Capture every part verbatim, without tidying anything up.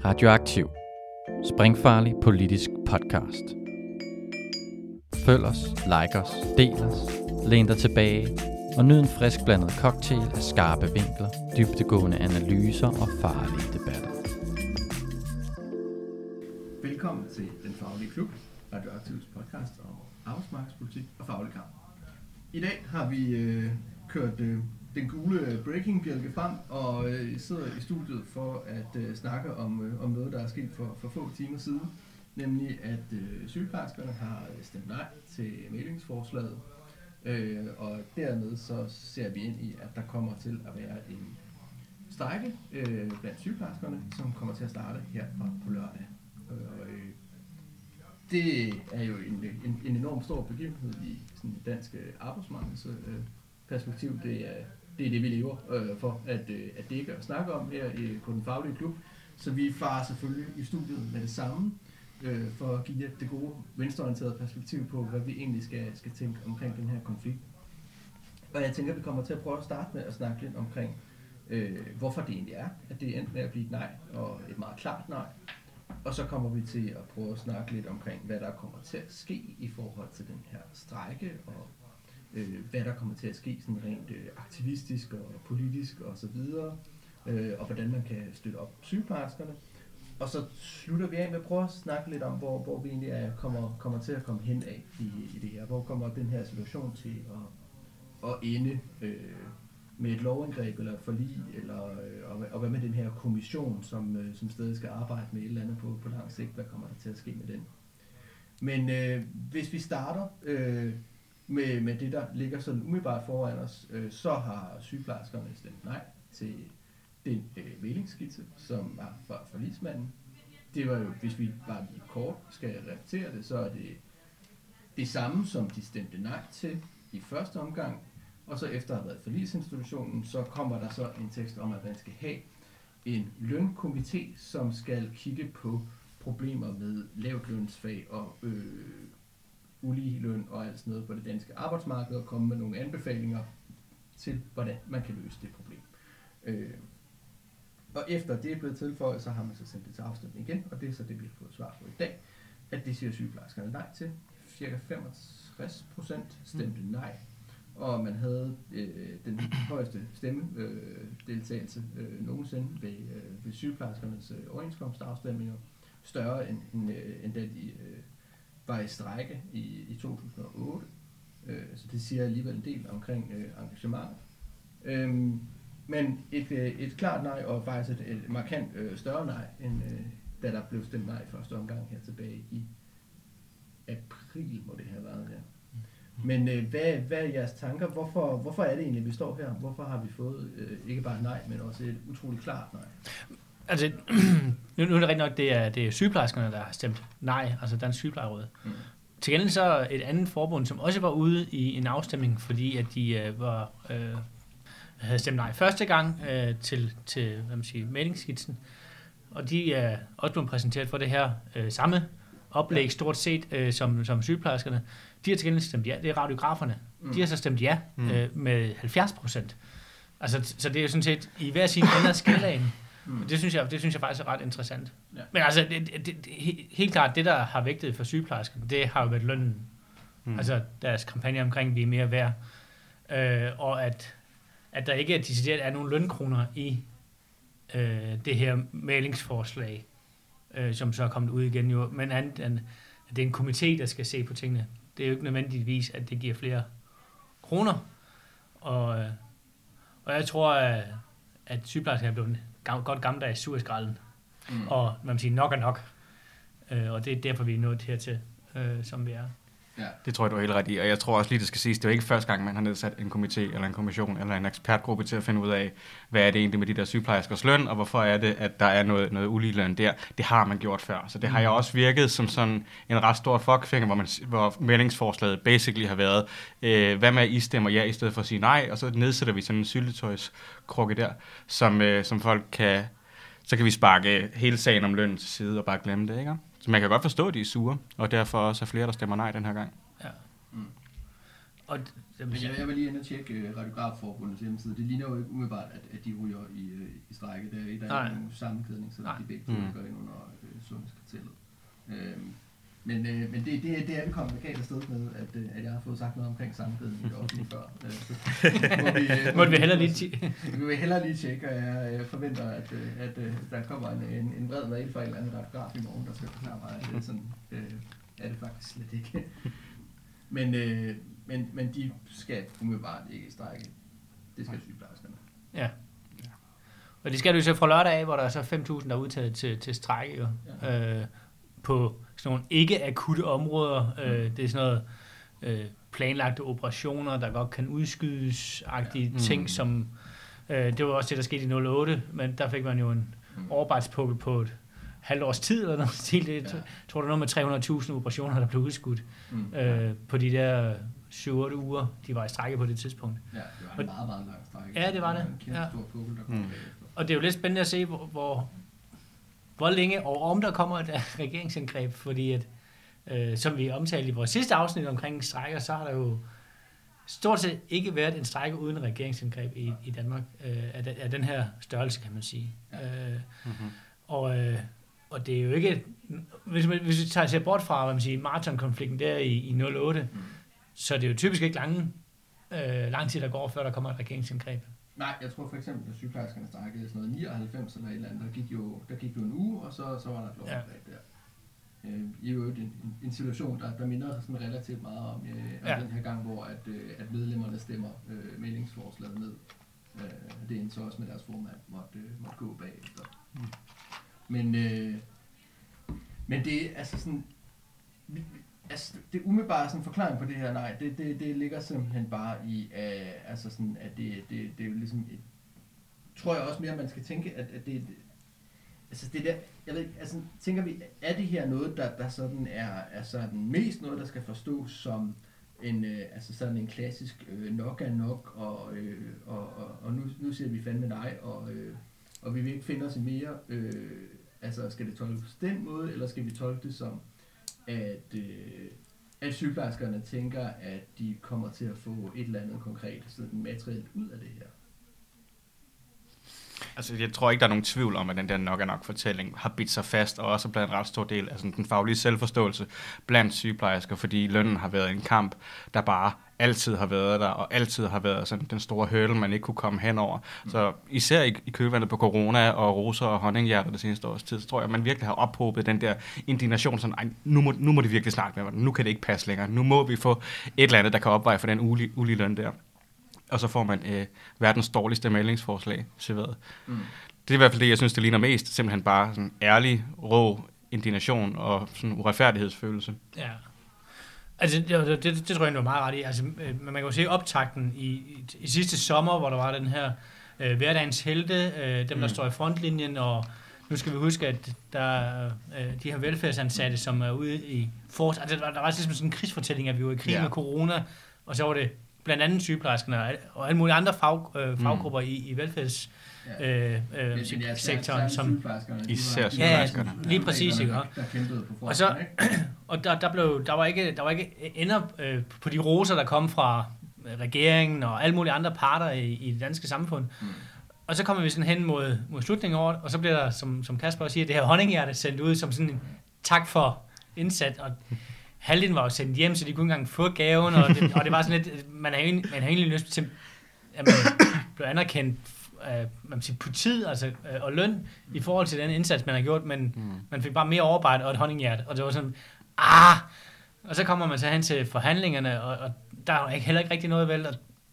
Radioaktiv. Springfarlig politisk podcast. Følg os, like os, del os, læn dig tilbage og nyd en frisk blandet cocktail af skarpe vinkler, dybdegående analyser og farlige debatter. Velkommen til Den Faglige Klub, Radioaktivs podcast om arbejdsmarkedspolitik og faglig kamp. I dag har vi øh, kørt øh, den gule breaking-bjælke frem og øh, sidder i studiet for at øh, snakke om, øh, om noget, der er sket for, for få timer siden. Nemlig at øh, sygeplejerskerne har stemt nej til mæglingsforslaget, øh, og dermed så ser vi ind i, at der kommer til at være en strejke øh, blandt sygeplejerskerne, som kommer til at starte her fra på lørdag. Og, øh, det er jo en, en, en enormt stor begivenhed i sådan et dansk arbejdsmarkeds øh, perspektiv. Det er, det er det, vi lever øh, for at, øh, at dække og snakke om her i, på Den Faglige Klub. Så vi farer selvfølgelig i studiet med det samme, øh, for at give det gode venstreorienterede perspektiv på, hvad vi egentlig skal, skal tænke omkring den her konflikt. Og jeg tænker, at vi kommer til at prøve at starte med at snakke lidt omkring, øh, hvorfor det egentlig er, at det er endt med at blive et nej, og et meget klart nej. Og så kommer vi til at prøve at snakke lidt omkring, hvad der kommer til at ske i forhold til den her strejke, og øh, hvad der kommer til at ske sådan rent øh, aktivistisk og politisk og så videre, øh, og hvordan man kan støtte op sygeplejerskerne. Og så slutter vi af med at prøve at snakke lidt om, hvor, hvor vi egentlig er, kommer, kommer til at komme hen af i, i det her. Hvor kommer den her situation til at, at ende øh, med et lovindgreb eller et forlig, eller, øh, og, og hvad med den her kommission, som, øh, som stadig skal arbejde med et eller andet på, på lang sigt, hvad kommer der til at ske med den? Men øh, hvis vi starter øh, med, med det, der ligger sådan umiddelbart foran os, øh, så har sygeplejerskerne stemt nej til den øh, mæglingsskitse, som var fra forligsmanden. Det var jo, hvis vi bare lige kort skal repetere det, så er det det samme, som de stemte nej til i første omgang, og så efter at have været forligsinstitutionen, så kommer der så en tekst om, at man skal have en lønkomité, som skal kigge på problemer med lavtlønsfag og øh, uligeløn og alt sådan noget på det danske arbejdsmarked, og komme med nogle anbefalinger til, hvordan man kan løse det problem. Øh, og efter det er blevet tilføjet, så har man så sendt det til afstemning igen, og det er så det, vi har fået svar på i dag, at det siger sygeplejerskerne nej til. Cirka femogtres procent stemte nej. Og man havde øh, den højeste stemmedeltagelse øh, øh, nogensinde ved, øh, ved sygeplejerskernes øh, overenskomstafstemninger, større end, end, øh, end da de øh, var i strejke i, i to tusind og otte. Øh, så det siger alligevel en del omkring øh, engagement. Øhm, men et, øh, et klart nej, og faktisk et, et markant øh, større nej, end øh, da der blev stemt nej i første omgang her tilbage i april, må det have været her. Men øh, hvad, hvad er jeres tanker? Hvorfor, hvorfor er det egentlig, vi står her? Hvorfor har vi fået øh, ikke bare nej, men også et utroligt klart nej? Altså, nu, nu er det rigtig nok, det er, det er sygeplejerskerne, der har stemt nej, altså Dansk Sygeplejeråd. Mm. Til gengæld så et andet forbund, som også var ude i en afstemning, fordi at de øh, var, øh, havde stemt nej første gang øh, til, til hvad man siger, mæglingsskitsen, og de er også blevet præsenteret for det her øh, samme oplæg, ja. Stort set, øh, som, som sygeplejerskerne. De har til gengæld stemt ja. Det er radiograferne. Mm. De har så stemt ja mm. øh, med halvfjerds procent. Altså, så det er jo sådan set i hver sin ende af skalaen. Mm. Det synes jeg, det synes jeg faktisk er ret interessant. Ja. Men altså, det, det, det, helt klart, det der har vægtet for sygeplejerskerne, det har jo været lønnen. Mm. Altså deres kampagne omkring, vi er mere værd. Øh, og at, at der ikke er decideret er nogen lønkroner i øh, det her mæglingsforslag, øh, som så er kommet ud igen jo. Men andet end, at det er en komité, der skal se på tingene. Det er jo ikke nødvendigvis, at det giver flere kroner. Og, og jeg tror, at sygeplejersker er blevet gam, godt gammeldags sur i skralden. Mm. Og man siger nok er nok. Og det er derfor, vi er nået hertil, som vi er. Ja. Det tror jeg, du er helt ret i. Og jeg tror også lige, det skal siges, det er jo ikke første gang, man har nedsat en komité eller en kommission eller en ekspertgruppe til at finde ud af, hvad er det egentlig med de der sygeplejerskers løn, og hvorfor er det, at der er noget, noget uligeløn der. Det har man gjort før. Så det har jo også virket som sådan en ret stor fuckfinger, hvor, man, hvor meldingsforslaget basically har været, øh, hvad med at I stemmer ja, i stedet for at sige nej, og så nedsætter vi sådan en syltetøjskrukke der, som, øh, som folk kan, så kan vi sparke hele sagen om løn til side og bare glemme det, ikke? Så man kan godt forstå, at de er sure, og derfor også er flere, der stemmer nej den her gang. Ja. Mm. Og Men jeg, jeg var lige inde og tjekke uh, Radiografforbundets hjemmeside. Det ligner jo ikke umiddelbart, at, at de ryger i, uh, i strække. Der, der er ikke nogen sammenkædning, så de begge to mm. går ind under uh, sundhedskartellet. Um, men uh, men det, det, det er vi kommet lokalt afsted med, at, uh, at jeg har fået sagt noget omkring sammenkædning i det offentlige før. Uh, så må vi, uh, må vi hellere lige tjekke. Vi vil hellere lige tjekke, og jeg, jeg forventer, at, uh, at uh, der kommer en, en, en bred mail fra en eller anden radiograf i morgen, der skal forklare mig, at det sådan, uh, er det faktisk slet ikke. Men, øh, men, men de skal umiddelbart ikke strække. Det skal sygeplejerskerne. Ja. ja. Og det skal du så fra lørdag af, hvor der er så fem tusind, der er udtaget til, til strække jo. Ja. Øh, på sådan nogle ikke-akutte områder. Mm. Øh, det er sådan noget øh, planlagte operationer, der godt kan udskydes-agtige ja. ting, mm. som... Øh, det var også det, der skete i nul otte, men der fik man jo en mm. overarbejdspukkel på et halvt års tid, eller noget stil. Det, ja. tror, der er noget med tre hundrede tusind operationer, der blev udskudt mm. øh, på de der syv otte uger, de var i strække på det tidspunkt. Ja, det var en meget, meget lang strække. Ja, det var det. En kæmpe ja. stor pukkel, der kom mm. Og det er jo lidt spændende at se, hvor, hvor, hvor længe og om der kommer et regeringsindgreb, fordi at, øh, som vi omtalte i vores sidste afsnit omkring strækker, så har der jo stort set ikke været en strække uden regeringsindgreb i, i Danmark, øh, af, af den her størrelse, kan man sige. Ja. Øh, mm-hmm. Og øh, Og det er jo ikke, hvis, man, hvis vi tager ser bort fra, hvad man siger, maratonkonflikten der i, i nul otte, mm. så er det jo typisk ikke lange, øh, lang tid, der går, før der kommer et regeringsindgreb. Nej, jeg tror for eksempel, at sygeplejerskerne strækkede sådan noget nioghalvfems eller et eller andet, der gik jo, der gik jo en uge, og så, så var der et lovindgreb ja. der. Øh, I jo en, en situation, der, der minder sådan relativt meget om, øh, ja. den her gang, hvor at, øh, at medlemmerne stemmer øh, meldingsforslaget ned. Øh, det endte så også med deres formand måtte, øh, måtte gå bagefter. Mm. Men, øh, men det er altså sådan, altså det umiddelbare sådan forklaring på det her, nej, det, det, det ligger simpelthen bare i, uh, altså sådan, at det, det, det er jo ligesom, et, tror jeg også mere, man skal tænke, at, at det, altså det der, jeg ved ikke, altså tænker vi, er det her noget, der, der sådan er, er sådan mest noget, der skal forstås som en, øh, altså sådan en klassisk øh, nok er nok, og, øh, og, og, og nu, nu siger vi fandme nej, og, øh, og vi vil ikke finde os i mere. Øh, altså skal det tolkes på den måde, eller skal vi tolke det som, at, øh, at sygeplejerskerne tænker, at de kommer til at få et eller andet konkret sådan materielt ud af det her? Altså, jeg tror ikke, der er nogen tvivl om, at den der nok er nok fortælling har bidt sig fast, og også blandt en ret stor del af sådan, den faglige selvforståelse blandt sygeplejersker, fordi lønnen har været en kamp, der bare altid har været der, og altid har været sådan den store hurdle, man ikke kunne komme hen over. Mm. Så især i, i kølvandet på corona og roser og honninghjerter det seneste års tid, så tror jeg, at man virkelig har ophobet den der indignation, sådan, ej, nu må, nu må det virkelig snakke med mig, nu kan det ikke passe længere, nu må vi få et eller andet, der kan opveje for den ulige, ulige løn der. Og så får man øh, verdens dårligste meldingsforslag serveret. Mm. Det er i hvert fald det, jeg synes, det ligner mest. Simpelthen bare sådan ærlig, rå indignation og sådan uretfærdighedsfølelse. Ja. Altså, det, det, det, det tror jeg, du er meget ret i. Altså, man kan jo se optakten i, i, i sidste sommer, hvor der var den her øh, hverdagens helte, øh, dem, der mm. står i frontlinjen, og nu skal vi huske, at der øh, de her velfærdsansatte, som er ude i fors... Altså, der var, der var ligesom sådan en krigsfortælling, at vi var i krig ja. med corona, og så var det blandt andet sygeplejerskerne og alle mulige andre fag, øh, faggrupper mm. i, i velfærds ja. øh, øh, sektoren, som især sygeplejerskerne. Ja, lige præcis, ikke? Og så og der der blev der var ikke der var ikke ender øh, på de roser, der kom fra regeringen og alle mulige andre parter i, i det danske samfund. Mm. Og så kommer vi sådan hen mod mod slutningen af året, og så bliver der, som som Kasper også siger, det her honninghjerte sendt ud som sådan en tak for indsat, og halvdelen var jo sendt hjem, så de kunne ikke engang få gaven, og det, og det var sådan lidt, man har egentlig, man har egentlig lyst til, at man blev anerkendt øh, man siger, på tid altså, øh, og løn i forhold til den indsats, man har gjort, men mm. man fik bare mere overarbejde og et honninghjerte, og det var sådan, ah! Og så kommer man så hen til forhandlingerne, og, og der er jo heller ikke rigtig noget vel, og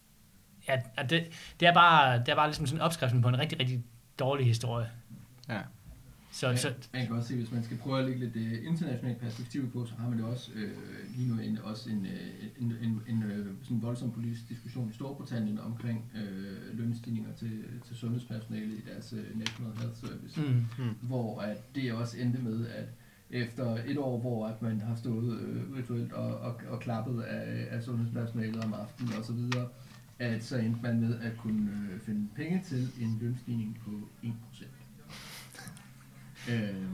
ja, det, det, er bare, det er bare ligesom sådan opskriften på en rigtig, rigtig dårlig historie. Ja. Så, ja, så, man kan også se, hvis man skal prøve at lægge lidt uh, internationalt perspektiv på, så har man det også øh, lige nu en, også en, uh, en, en, en uh, sådan voldsom politisk diskussion i Storbritannien omkring øh, lønstigninger til, til sundhedspersonale i deres uh, National Health Service, mm, mm. hvor at det også endte med, at efter et år, hvor at man har stået øh, virtuelt og, og, og klappet af, af sundhedspersonalet om aftenen og så videre, at så endte man med at kunne øh, finde penge til en lønstigning på en procent. Øh,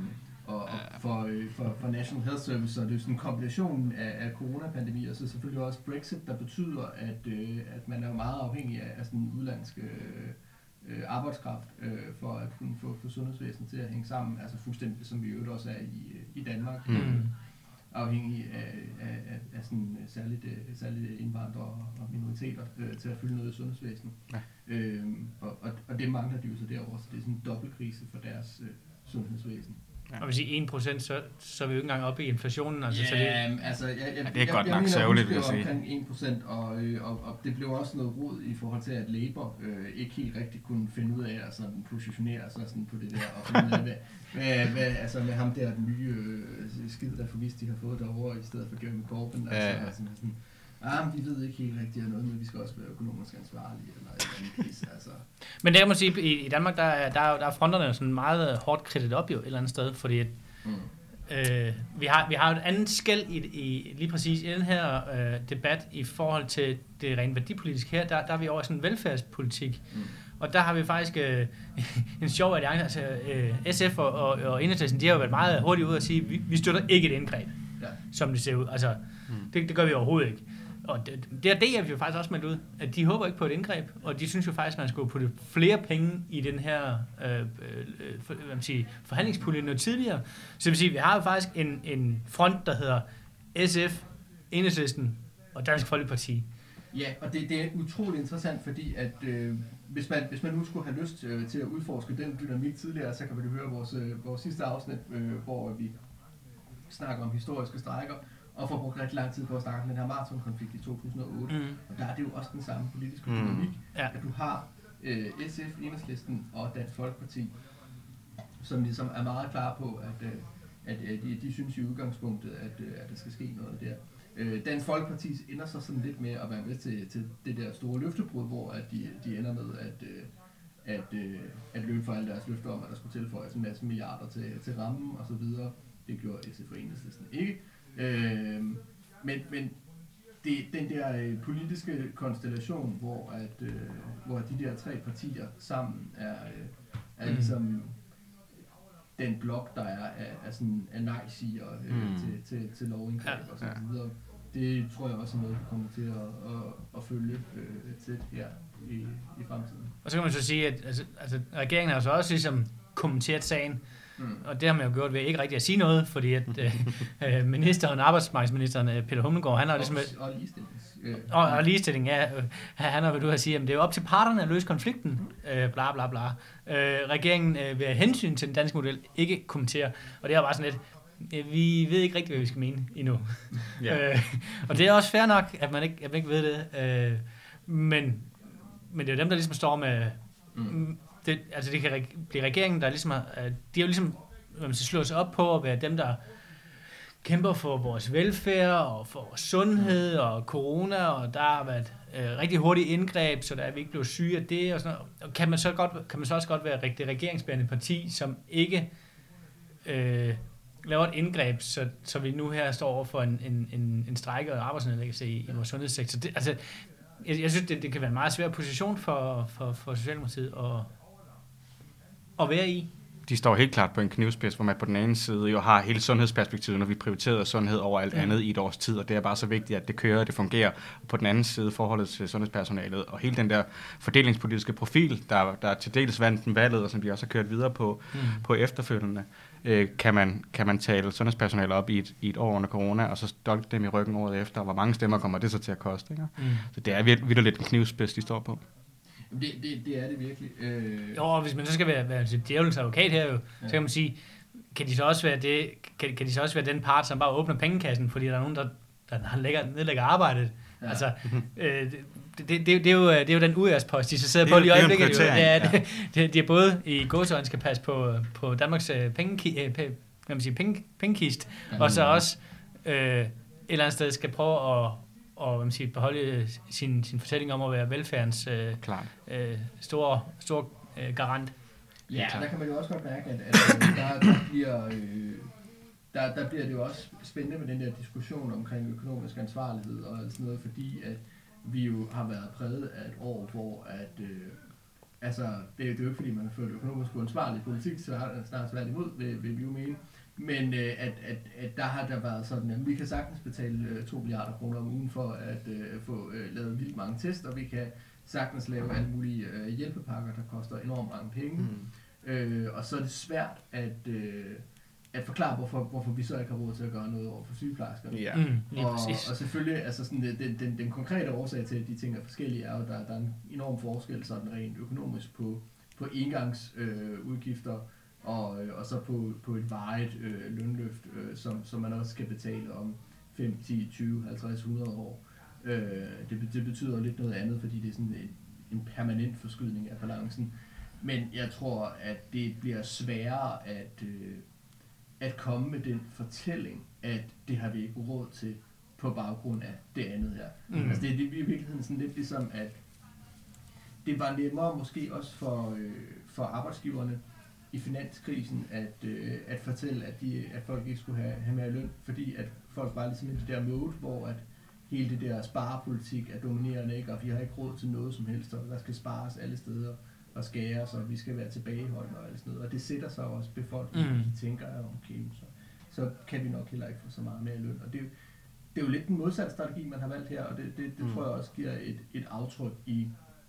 Og, og for, øh, for, for National Health Service, så er det jo sådan en kombination af, af coronapandemi, og så selvfølgelig også Brexit, der betyder, at, øh, at man er meget afhængig af, af sådan udlandsk øh, arbejdskraft, øh, for at kunne få, få sundhedsvæsenet til at hænge sammen, altså fuldstændig som vi jo også er i, i Danmark. Mm. Afhængig af, af, af, af sådan særligt, særligt indvandrere og minoriteter øh, til at fylde noget i sundhedsvæsenet. Ja. Øhm, og, og, og det mangler de jo så derovre, så det er sådan en dobbeltkrise for deres øh, sundhedsvæsen. Ja. Og hvis I en procent, så, så er vi jo ikke engang oppe i inflationen. Altså, ja, så det... altså, jeg, jeg, ja, det er jeg, godt jeg, nok sørgeligt, vil jeg sige. omkring en procent, og, øh, og, og det blev også noget rod i forhold til, at Labour øh, ikke helt rigtig kunne finde ud af at sådan positionere sig sådan på det der, og finde ud af, hvad, hvad, hvad, altså med ham der, den nye øh, skid, der forvist, de har fået derovre, i stedet for Jeremy Corbyn, altså, ja. altså sådan, ah, vi ved ikke helt rigtigt noget, men vi skal også være økonomisk ansvarlige, eller et eller andet pis, altså. Men det kan man sige, i, i Danmark, der er, der, er, der er fronterne sådan meget hårdt kridtet op jo et eller andet sted, fordi at, mm. øh, vi, har, vi har et andet skel i, i lige præcis i den her øh, debat i forhold til det rent værdipolitiske her, der, der er vi over sådan en velfærdspolitik, mm. og der har vi faktisk øh, en sjov alliance, altså øh, S F og, og, og Enhedslisten, de har jo været meget hurtigt ude at sige, vi, vi støtter ikke et indgreb, ja. Som det ser ud, altså mm. det, det gør vi overhovedet ikke. Og det, det er det, jo faktisk også meldt ud, at de håber ikke på et indgreb, og de synes jo faktisk, at man skulle putte flere penge i den her øh, øh, for, hvad man siger, forhandlingspulje noget tidligere. Så det vil sige, at vi har jo faktisk en, en front, der hedder S F, Enhedslisten og Dansk Folkeparti. Ja, og det, det er utroligt interessant, fordi at øh, hvis, man, hvis man nu skulle have lyst øh, til at udforske den dynamik tidligere, så kan man jo høre vores, øh, vores sidste afsnit, øh, hvor vi snakker om historiske strejker, og får brugt rigtig lang tid på at snakke om den her maratonkonflikt i to tusind og otte. Mm. Og der er det jo også den samme politiske mm. dynamik, ja. At du har øh, S F, Enhedslisten og Dansk Folkeparti, som ligesom er meget klar på, at, øh, at øh, de, de synes i udgangspunktet, at, øh, at der skal ske noget der. Øh, Dansk Folkeparti ender så sådan lidt med at være med til, til det der store løftebrud, hvor at de, de ender med at, øh, at, øh, at løbe for alle deres løfter om, at der skulle tilføjes en masse milliarder til, til rammen og så videre. Det gjorde S F og Enhedslisten ikke. Øh, men men det, den der øh, politiske konstellation, hvor at øh, hvor de der tre partier sammen er øh, er mm. ligesom den blok, der er af, af sådan af nej-siger øh, mm. til til til lovindgreb ja. Og så videre. Det tror jeg også er noget, vi kommer til at, at, at følge øh, tæt her i, i fremtiden. Og så kan man så sige, at altså, altså, regeringen har så også ligesom kommenteret sagen. Mm. Og det har man jo gjort ved ikke rigtig at sige noget, fordi at øh, ministeren, arbejdsmarkedsministeren Peter Hummelgaard, han har ligesom... Og, og ligestillings. Øh. Og, og ligestilling, ja. Øh, han har været ude at sige, at det er jo op til parterne at løse konflikten, øh, bla bla bla. Øh, regeringen øh, ved hensyn til den danske model ikke kommentere, og det er bare sådan lidt, øh, vi ved ikke rigtig, hvad vi skal mene endnu. Yeah. øh, og det er også fair nok, at man ikke, at man ikke ved det, øh, men, men det er jo dem, der ligesom står med... Mm. Det, altså det kan blive regeringen, der ligesom har, de har jo ligesom, hvad man skal slå sig op på at være dem, der kæmper for vores velfærd og for vores sundhed og corona, og der har været øh, rigtig hurtige indgreb, så der er vi ikke blevet syge af det og sådan noget. Og kan man så godt, kan man så også godt være rigtig regeringsbærende parti, som ikke øh, laver et indgreb, så, så vi nu her står over for en, en, en, en strejke og arbejdsnedlæggelse i, i vores sundhedssektor. Det, altså, jeg, jeg synes, det, det kan være en meget svær position for, for, for Socialdemokratiet at at være i. De står helt klart på en knivspids, hvor man på den ene side jo har hele sundhedsperspektivet, når vi prioriterer sundhed over alt andet mm. i et års tid, og det er bare så vigtigt, at det kører, at det fungerer. Og på den anden side forholdet til sundhedspersonalet, og hele den der fordelingspolitiske profil, der, der til dels vandt den valget, og som de også har kørt videre på, mm. på efterfølgende, øh, kan, man, kan man tale sundhedspersonalet op i et, i et år under corona, og så stolte dem i ryggen året efter, og hvor mange stemmer kommer det så til at koste. Ikke? Mm. Så det er virkelig lidt en knivspids, de står på. Det, det, det er det virkelig. Øh... Jo, og hvis man så skal være, være djævelens advokat her, jo, ja. Så kan man sige, kan de så også være det, kan, kan de så også være den part, som bare åbner pengekassen, fordi der er nogen, der, der lægger, nedlægger arbejdet. Ja. Altså, øh, det, det, det, er jo, det er jo den udærspost, de så sidder på lige i øjeblikket. Det, ja, det, det, de er både i gåseøjne skal passe på, på Danmarks penge, øh, kan man sige, penge, pengekist, ja. Og så også øh, et eller andet sted skal prøve at og hvad man siger, beholde sin, sin fortælling om at være velfærdens øh, øh, store, store øh, garant. Ja, der kan man jo også godt mærke, at, at der, der, bliver, øh, der, der bliver det jo også spændende med den der diskussion omkring økonomisk ansvarlighed og sådan noget, fordi at vi jo har været præget af et år, hvor at, øh, altså, det, det er jo ikke fordi, man har ført økonomisk uansvarlig politik, så er det snart svært imod, vil, vil vi jo mene. Men øh, at, at, at der har der været sådan, at vi kan sagtens betale øh, to milliarder kroner om ugen for at øh, få øh, lavet vildt mange test, og vi kan sagtens lave alle mulige øh, hjælpepakker, der koster enormt mange penge. Mm. Øh, og så er det svært at, øh, at forklare, hvorfor, hvorfor vi så ikke har råd til at gøre noget over for sygeplejerskerne. Ja. Mm, lige og, præcis. og selvfølgelig, altså sådan, den, den, den konkrete årsag til, at de ting er forskellige, er jo, at der, der er en enorm forskel sådan rent økonomisk på, på engangsudgifter, øh, udgifter, og, øh, og så på, på et varigt øh, lønløft, øh, som, som man også skal betale om fem, ti, tyve, halvtreds, hundrede år. Øh, det, det betyder lidt noget andet, fordi det er sådan en, en permanent forskydning af balancen. Men jeg tror, at det bliver sværere at, øh, at komme med den fortælling, at det har vi ikke råd til på baggrund af det andet her. Mm. Altså det er i virkeligheden sådan lidt ligesom, at det var nemmere måske også for, øh, for arbejdsgiverne i finanskrisen at, øh, at fortælle, at, de, at folk ikke skulle have, have mere løn, fordi at folk var ligesom i det der mode, hvor at hele det der sparepolitik er dominerende, ikke? Og vi har ikke råd til noget som helst, og der skal spares alle steder og skæres, og vi skal være tilbageholdende og alt sådan noget. Og det sætter sig også befolkningen, mm. de tænker, at okay, så, så kan vi nok heller ikke få så meget mere løn. Og det, det er jo lidt den modsatte strategi, man har valgt her, og det, det, det mm. tror jeg også giver et, et aftryk i,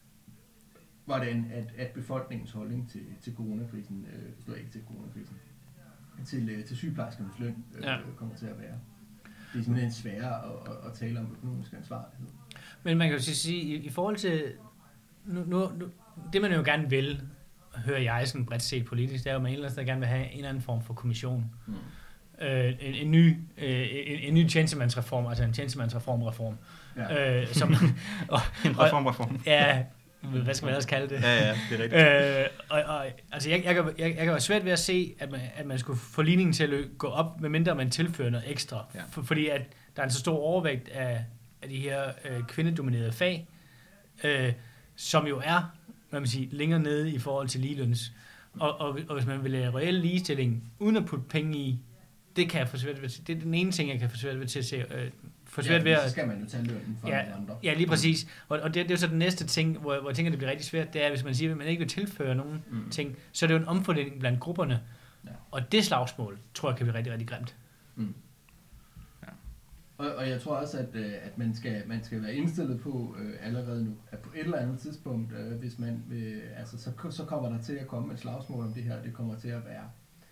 hvordan at, at befolkningens holdning til, til coronakrisen, øh, står ikke til coronakrisen, til, øh, til sygeplejerskernes løn øh, ja. kommer til at være. Det er simpelthen sværere at, at, at tale om økonomisk ansvarlighed. Men man kan jo sige, i, i forhold til, nu, nu, nu, det man jo gerne vil, hører jeg sådan bredt set politisk, det er jo, at man ellers gerne vil have en eller anden form for kommission. Mm. Øh, en, en ny, øh, en, en ny tjenestemandsreform, altså en tjenestemandsreformreform. Ja. Øh, som, og, en reformreform. Ja, hvad skal man ellers kalde det? Ja, ja, det er rigtigt. Øh, og, og, altså jeg, jeg, kan, jeg, jeg kan være svært ved at se, at man, at man skulle få ligningen til at gå op, medmindre man tilfører noget ekstra. Ja. For, fordi at der er en så stor overvægt af, af de her øh, kvindedominerede fag, øh, som jo er, hvad man siger, længere nede i forhold til ligeløns. Og, og, og hvis man vil lave reel ligestilling, uden at putte penge i, det kan jeg få svært ved. Det er den ene ting, jeg kan få svært ved til at se. Øh, for svært ja, ved at, så skal man jo tage lønnen fra ja, de andre. Ja, lige præcis. Og, og det, det er jo så den næste ting, hvor, hvor jeg tænker, det bliver rigtig svært, det er, hvis man siger, at man ikke vil tilføre nogen mm. ting, så er det jo en omfordeling blandt grupperne. Ja. Og det slagsmål, tror jeg, kan blive rigtig, rigtig grimt. Mm. Ja. Og, og jeg tror også, at, at man, skal, man skal være indstillet på øh, allerede nu, at på et eller andet tidspunkt, øh, hvis man vil, altså, så, så kommer der til at komme et slagsmål om det her, det kommer til at være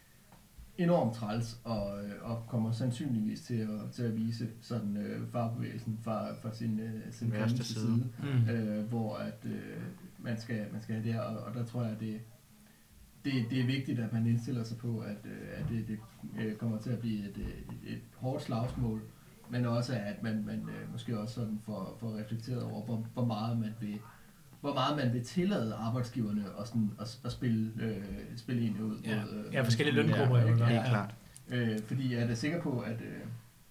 enormt træls, og, og kommer sandsynligvis til at, til at vise sådan øh, fagbevægelsen fra, fra sin, øh, sin værste side, side mm. øh, hvor at, øh, man, skal, man skal have det, og, og der tror jeg, at det, det, det er vigtigt, at man indstiller sig på, at, øh, at det, det øh, kommer til at blive et, et, et hårdt slagsmål, men også at man, man øh, måske også sådan får, får reflekteret over, hvor, hvor meget man vil hvor meget man vil tillade arbejdsgiverne at, sådan, at, at spille, øh, spille ind ud. Ja, mod, øh, ja forskellige løngrupper. Ja, ja, helt klart. Øh, fordi jeg er da sikker på, at, øh,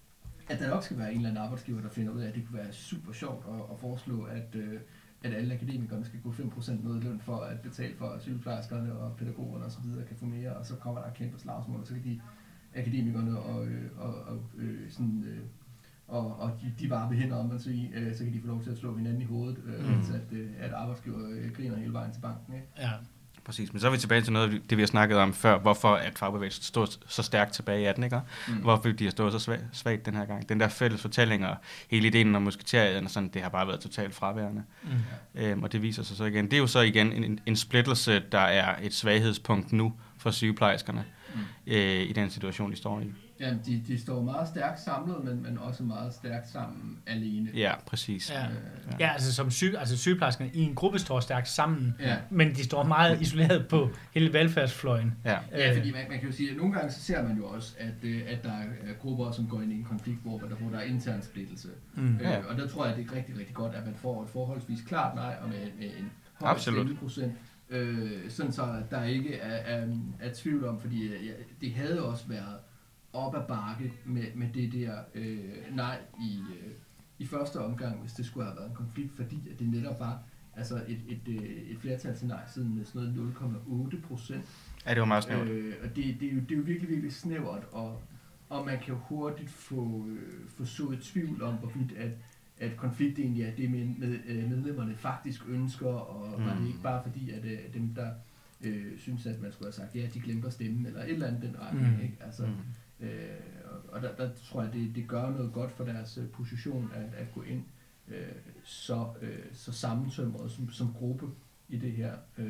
at der nok skal være en eller anden arbejdsgiver, der finder ud af, at det kunne være super sjovt at, at foreslå, at, øh, at alle akademikerne skal gå fem procent noget i løn for at betale for, at sygeplejerskerne og pædagogerne osv. kan få mere, og så kommer der et kæmpe slagsmål, og så kan de akademikerne og, øh, og, og øh, sådan... Øh, og, og de, de varme hænder, om man siger, øh, så kan de få lov til at slå hinanden i hovedet, øh, mm. så at, øh, at arbejdsgiver øh, griner hele vejen til banken. Ikke? Ja. Præcis, men så er vi tilbage til noget, det vi har snakket om før, hvorfor at fagbevægelsen stod så stærkt tilbage i atten, ikke? Mm. Hvorfor de har stået så svagt, svagt den her gang. Den der fælles fortælling og hele ideen om musketerien, sådan, det har bare været totalt fraværende. Mm. Øhm, og det viser sig så igen. Det er jo så igen en, en splittelse, der er et svaghedspunkt nu for sygeplejerskerne mm. øh, i den situation, de står i. Ja, de, de står meget stærkt samlet, men, men også meget stærkt sammen alene. Ja, præcis. Ja, øh, ja altså som syge, altså sygeplejerskerne i en gruppe står stærkt sammen, ja. men de står meget isoleret på hele velfærdsfløjen. Ja, ja fordi man, man kan jo sige, at nogle gange så ser man jo også, at, at der er grupper, som går ind i en konflikt, hvor der, hvor der er intern splittelse. Mm. Øh, og der tror jeg, det er rigtig, rigtig godt, at man får et forholdsvis klart nej, og med, med en høj stemmeprocent. Øh, sådan så der ikke er, er, er tvivl om, fordi ja, det havde også været op ad bakke med, med det der øh, nej i, øh, i første omgang, hvis det skulle have været en konflikt, fordi at det netop var altså et, et, et flertal til nej siden med sådan noget nul komma otte procent. Ja, det var meget snævert. Øh, og det, det, er jo, det er jo virkelig, virkelig snævert, og, og man kan hurtigt få, øh, få så et tvivl om, hvorvidt at, at konflikt egentlig er det, med, med, medlemmerne faktisk ønsker, og mm. var det ikke bare fordi, at øh, dem, der øh, synes, at man skulle have sagt, ja, de glemte at stemme, eller et eller andet den retning, mm. ikke? Altså, mm. Øh, og der, der tror jeg, det, det gør noget godt for deres øh, position at, at gå ind øh, så, øh, så sammentømret som, som gruppe i det her. Øh.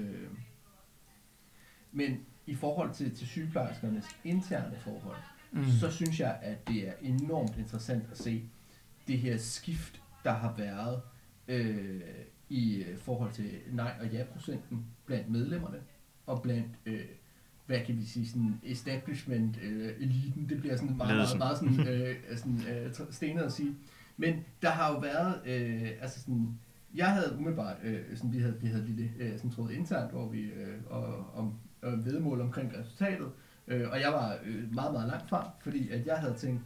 Men i forhold til, til sygeplejerskernes interne forhold, mm. så synes jeg, at det er enormt interessant at se det her skift, der har været øh, i forhold til nej- og ja-procenten blandt medlemmerne og blandt øh, hvad kan vi sige, sådan establishment, øh, eliten, det bliver sådan meget, meget, meget sådan, øh, sådan øh, stenet at sige. Men der har jo været, øh, altså sådan, jeg havde umiddelbart, øh, sådan, vi havde, vi havde lille øh, sådan tråd internt, hvor vi øh, og, om øh, vedmål omkring resultatet, øh, og jeg var øh, meget, meget langt fra, fordi at jeg havde tænkt,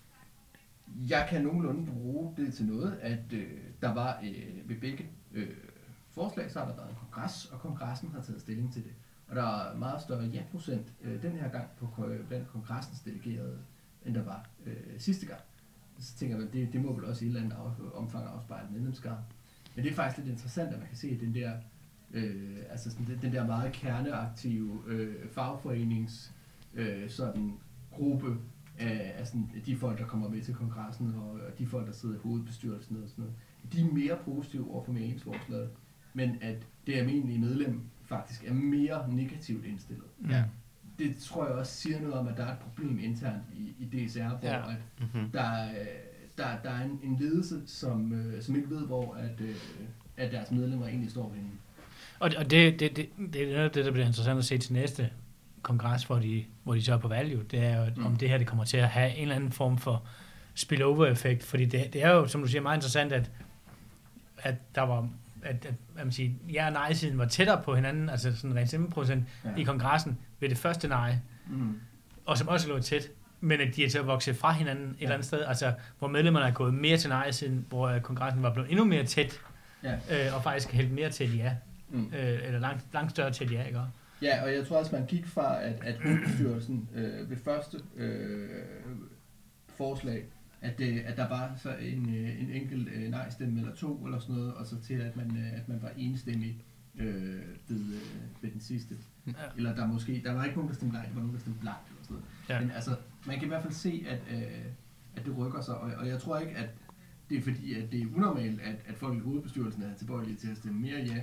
jeg kan nogenlunde bruge det til noget, at øh, der var øh, ved begge øh, forslag, så har der været en kongres, og kongressen har taget stilling til det. Og der er meget større ja-procent øh, den her gang på blandt kongressens delegerede, end der var øh, sidste gang. Så tænker jeg, det, det må vel også i et eller andet af, omfang afspejle medlemskab. Men det er faktisk lidt interessant, at man kan se den der, øh, altså sådan, den, den der meget kerneaktive øh, fagforenings øh, sådan gruppe af, af sådan, de folk, der kommer med til kongressen, og, og de folk, der sidder i hovedbestyrelsen og sådan noget. De er mere positive over for mæglingsforslaget, men at det almindelige medlem faktisk er mere negativt indstillet. Ja. Det tror jeg også siger noget om, at der er et problem internt i, i D S R, hvor ja. at mm-hmm. der, der, der er en, en ledelse, som, øh, som ikke ved, hvor at, øh, at deres medlemmer egentlig står henne. Og, og det, det, det, det er noget det, der bliver interessant at se til næste kongres, hvor de, hvor de så er på value. Det er jo, mm. om det her det kommer til at have en eller anden form for spillover-effekt, fordi det, det er jo, som du siger, meget interessant, at, at der var at, at, at man siger, ja og nej-siden var tættere på hinanden, altså sådan rent simpelt procent ja. i kongressen ved det første nej, mm. og som også lå tæt, men at de er til at vokse fra hinanden et ja. eller andet sted, altså hvor medlemmerne er gået mere til nej-siden, hvor kongressen var blevet endnu mere tæt, ja. øh, og faktisk hældt mere til ja, mm. øh, eller langt, langt større til ja, ikke? Ja, og jeg tror også, man gik fra, at, at hovedbestyrelsen øh, ved første øh, forslag, At, øh, at der var så en, øh, en enkelt øh, nej-stemme eller to eller sådan noget, og så til at man, øh, at man var enstemmig øh, ved, øh, ved den sidste. Ja. Eller der måske, der var ikke nogen, der stemte nej, der var nogen, der stemte blankt eller sådan noget. Ja. Men altså, man kan i hvert fald se, at, øh, at det rykker sig, og, og jeg tror ikke, at det er fordi, at det er unormalt, at, at folk i hovedbestyrelsen er tilbøjelige til at stemme mere ja,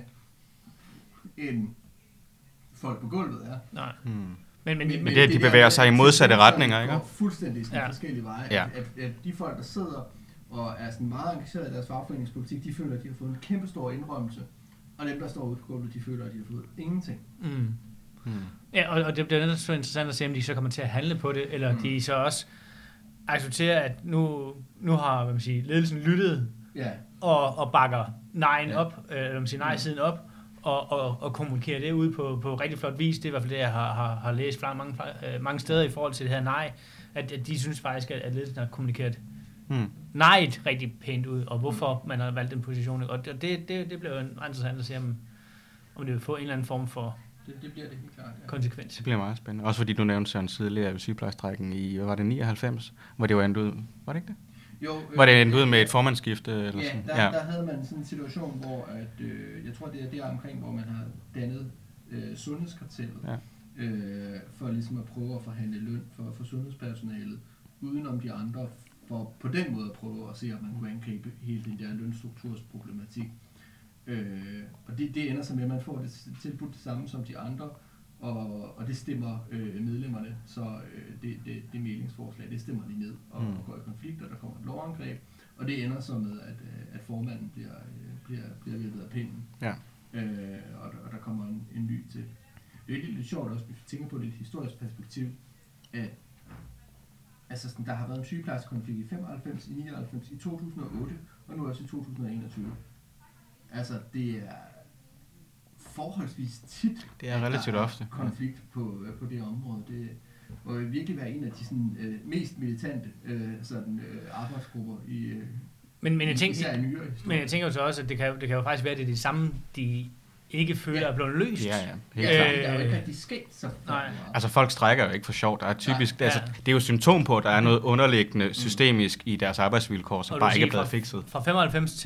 end folk på gulvet er. Nej. Hmm. Men, men, men, men det, de det bevæger der, sig i modsatte retninger, ikke? Fuldstændig sådan ja. forskellige veje. Ja. At, at, at de folk, der sidder og er sådan meget engageret i deres fagforeningspolitik, de føler, at de har fået en kæmpe stor indrømmelse. Og dem, der står ude på gulvet, de føler, at de har fået ingenting. Mm. Mm. Ja, og, og det bliver netop så interessant at se, om de så kommer til at handle på det, eller mm. de så også accepterer, at nu, nu har hvad man siger, ledelsen lyttet ja. og, og bakker nejen ja. op, eller man siger nej-siden op, Og, og, og kommunikere det ud på, på rigtig flot vis. Det er i hvert fald det, jeg har, har, har læst flere, mange, mange steder i forhold til det her nej, at, at de synes faktisk, at, at ledelsen har kommunikeret hmm. nejet rigtig pænt ud, og hvorfor man har valgt den position. Og det, det, det bliver jo interessant at se, om, om det vil få en eller anden form for det, det bliver det helt klart, ja. konsekvens. Det bliver meget spændende. Også fordi du nævnte Søren tidligere sygeplejestrækken i, hvad var det, nioghalvfems, hvor det var endt ud. Var det ikke det? Jo, øh, var det endt ud med et formandsskifte? Eller ja, sådan? Der, ja, der havde man sådan en situation, hvor at, øh, jeg tror, det er der omkring, hvor man har dannet øh, sundhedskartellet, ja. øh, for ligesom at prøve at forhandle løn for, for sundhedspersonalet, udenom de andre, for på den måde at prøve at se, om man kunne angribe hele den der lønstruktursproblematik. Øh, og det, det ender så med, at man får det tilbudt det samme som de andre, og, og det stemmer øh, medlemmerne, så øh, det, det, det mæglingsforslag, det stemmer de ned og, mm. og går i konflikt, og der kommer et lovangreb, og det ender så med, at, at formanden bliver, bliver, bliver væltet af pinden, ja. øh, og, der, og der kommer en, en ny til. Det er lidt, lidt sjovt også, hvis vi tænker på det i et historisk perspektiv, at altså, sådan, der har været en sygeplejerskonflikt i femoghalvfems, i nioghalvfems, i to tusind og otte, og nu også i to tusind og enogtyve. Altså, det er forholdsvis tit, det er relativt ofte konflikt på, på det område. Det må virkelig være en af de sådan, øh, mest militante øh, sådan, øh, arbejdsgrupper i, øh, men, men, jeg tænker, især i nyere men jeg tænker jo så også, at det kan, det kan jo faktisk være, at det er de samme, de ikke føler ja. er blevet løst. Ja, ja. Helt øh, klart. Der er jo ikke rigtig sket så. Nej. Altså folk strækker jo ikke for sjov. Der er typisk, ja. det, er, altså, det er jo symptom på, at der er noget underliggende systemisk i deres arbejdsvilkår, som bare ikke er blevet fikset. Fra femoghalvfems til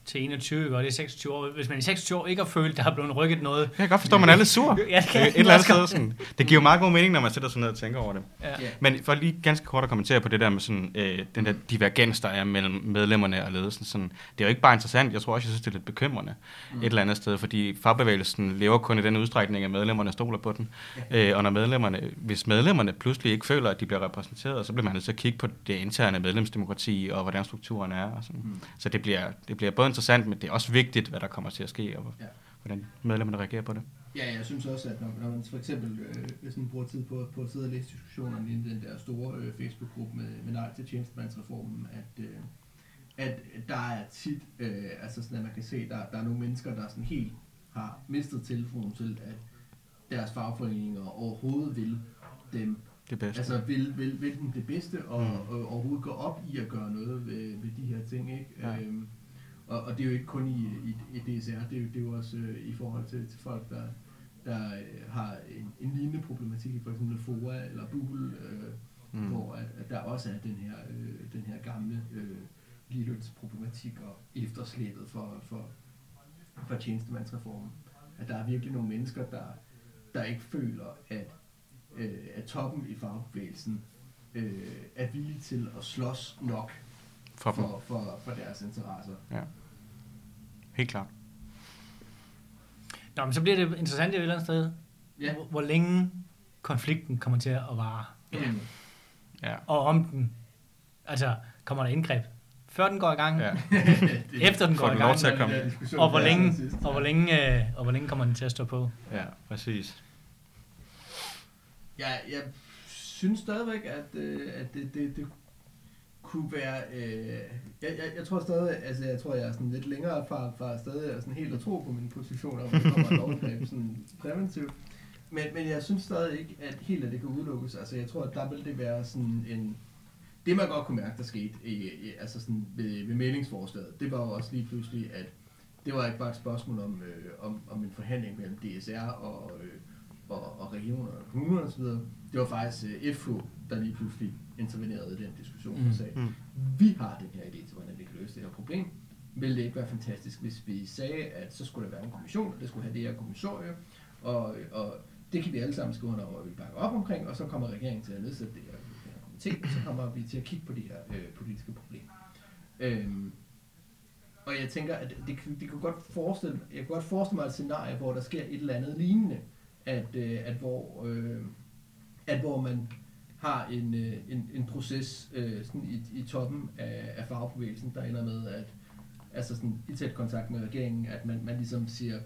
til enogtyve, og det er seksogtyve år. Hvis man i seksogtyve år ikke har følt, der har blevet rykket noget. Jeg kan godt forstå, at man er lidt sur. Ja, det kan Et eller andet sted sådan. Det giver jo meget god mening, når man sætter sig ned og tænker over det. Ja. Men for lige ganske kort at kommentere på det der med sådan, øh, den der divergens, der er mellem medlemmerne og ledelsen. Sådan, det er jo ikke bare interessant, jeg tror også, jeg synes, det er lidt bekymrende mm. et eller andet sted, fordi fagbevægelsen lever kun i den udstrækning, at medlemmerne stoler på den. Ja. Øh, og når medlemmerne, hvis medlemmerne pludselig ikke føler, at de bliver repræsenteret, så bliver man nødt til at kigge på det interne medlemsdemokrati og hvordan strukturen er. Og sådan. Mm. Så det bliver, det bliver både interessant, men det er også vigtigt, hvad der kommer til at ske, og ja. hvordan medlemmerne reagerer på det. Ja, jeg synes også, at når, når man for eksempel øh, sådan bruger tid på, på at sidde og læse diskussionerne i den der store øh, Facebook-gruppe med, med nej til tjenestemandsreformen, at, øh, at der er tit, øh, altså sådan, at man kan se, der, der er nogle mennesker, der sådan helt har mistet tiltroen til, at deres fagforeninger overhovedet vil dem det bedste. Altså vil, vil, vil dem det bedste, og, mm. og overhovedet gå op i at gøre noget ved, ved de her ting, ikke? Ja. Øhm, og, og det er jo ikke kun i, i, i D S R, det er jo, det er jo også øh, i forhold til, til folk, der, der øh, har en, en lignende problematik, for eksempel FOA eller BUL, øh, mm. hvor at, at der også er den her, øh, den her gamle øh, ligelønsproblematik og efterslæbet for, for, for tjenestemandsreformen. At der er virkelig nogle mennesker, der, der ikke føler, at Øh, at toppen i fagbevægelsen øh, er villig til at slås nok for, for, for, for deres interesser. Ja, helt klart. Nå, men så bliver det interessant i et eller andet sted, ja. hvor, hvor længe konflikten kommer til at vare. Mm. Ja. Og om den, altså kommer der indgreb, før den går i gang, ja. efter den går i gang, og hvor længe, og hvor længe, øh, og hvor længe kommer den til at stå på. Ja, præcis. Ja, jeg synes stadigvæk, at, øh, at det, det, det kunne være... Øh, jeg, jeg, jeg tror stadig, altså jeg tror, jeg er sådan lidt længere fra, fra stadig er sådan helt at tro på min position, om det kommer et lovindgreb sådan præventivt. Men, men jeg synes stadig ikke, at helt at det kan udelukkes. Altså jeg tror, at der vil det være sådan en... Det man godt kunne mærke, der skete i, i, altså sådan ved, ved meningsforslaget, det var jo også lige pludselig, at det var ikke bare et spørgsmål om, øh, om, om en forhandling mellem D S R og... Øh, Og, og regioner og kommuner og så videre. Det var faktisk uh, F H, der lige pludselig intervenerede i den diskussion og sagde, mm. vi har den her idé til, hvordan vi kan løse det her problem. Ville det ikke være fantastisk, hvis vi sagde, at så skulle der være en kommission, og det skulle have det her kommissorie, og, og det kan vi alle sammen skrive under, og vi bakker op omkring, og så kommer regeringen til at nedsætte det her, det her komité, og så kommer vi til at kigge på de her øh, politiske problemer. Øhm, og jeg tænker, at det, det kunne godt forestille, jeg kunne godt forestille mig et scenarie, hvor der sker et eller andet lignende, At, øh, at, hvor, øh, at hvor man har en, øh, en, en proces øh, sådan i, i toppen af, af fagbevægelsen, der ender med, at altså sådan, i tæt kontakt med regeringen, at man, man ligesom siger,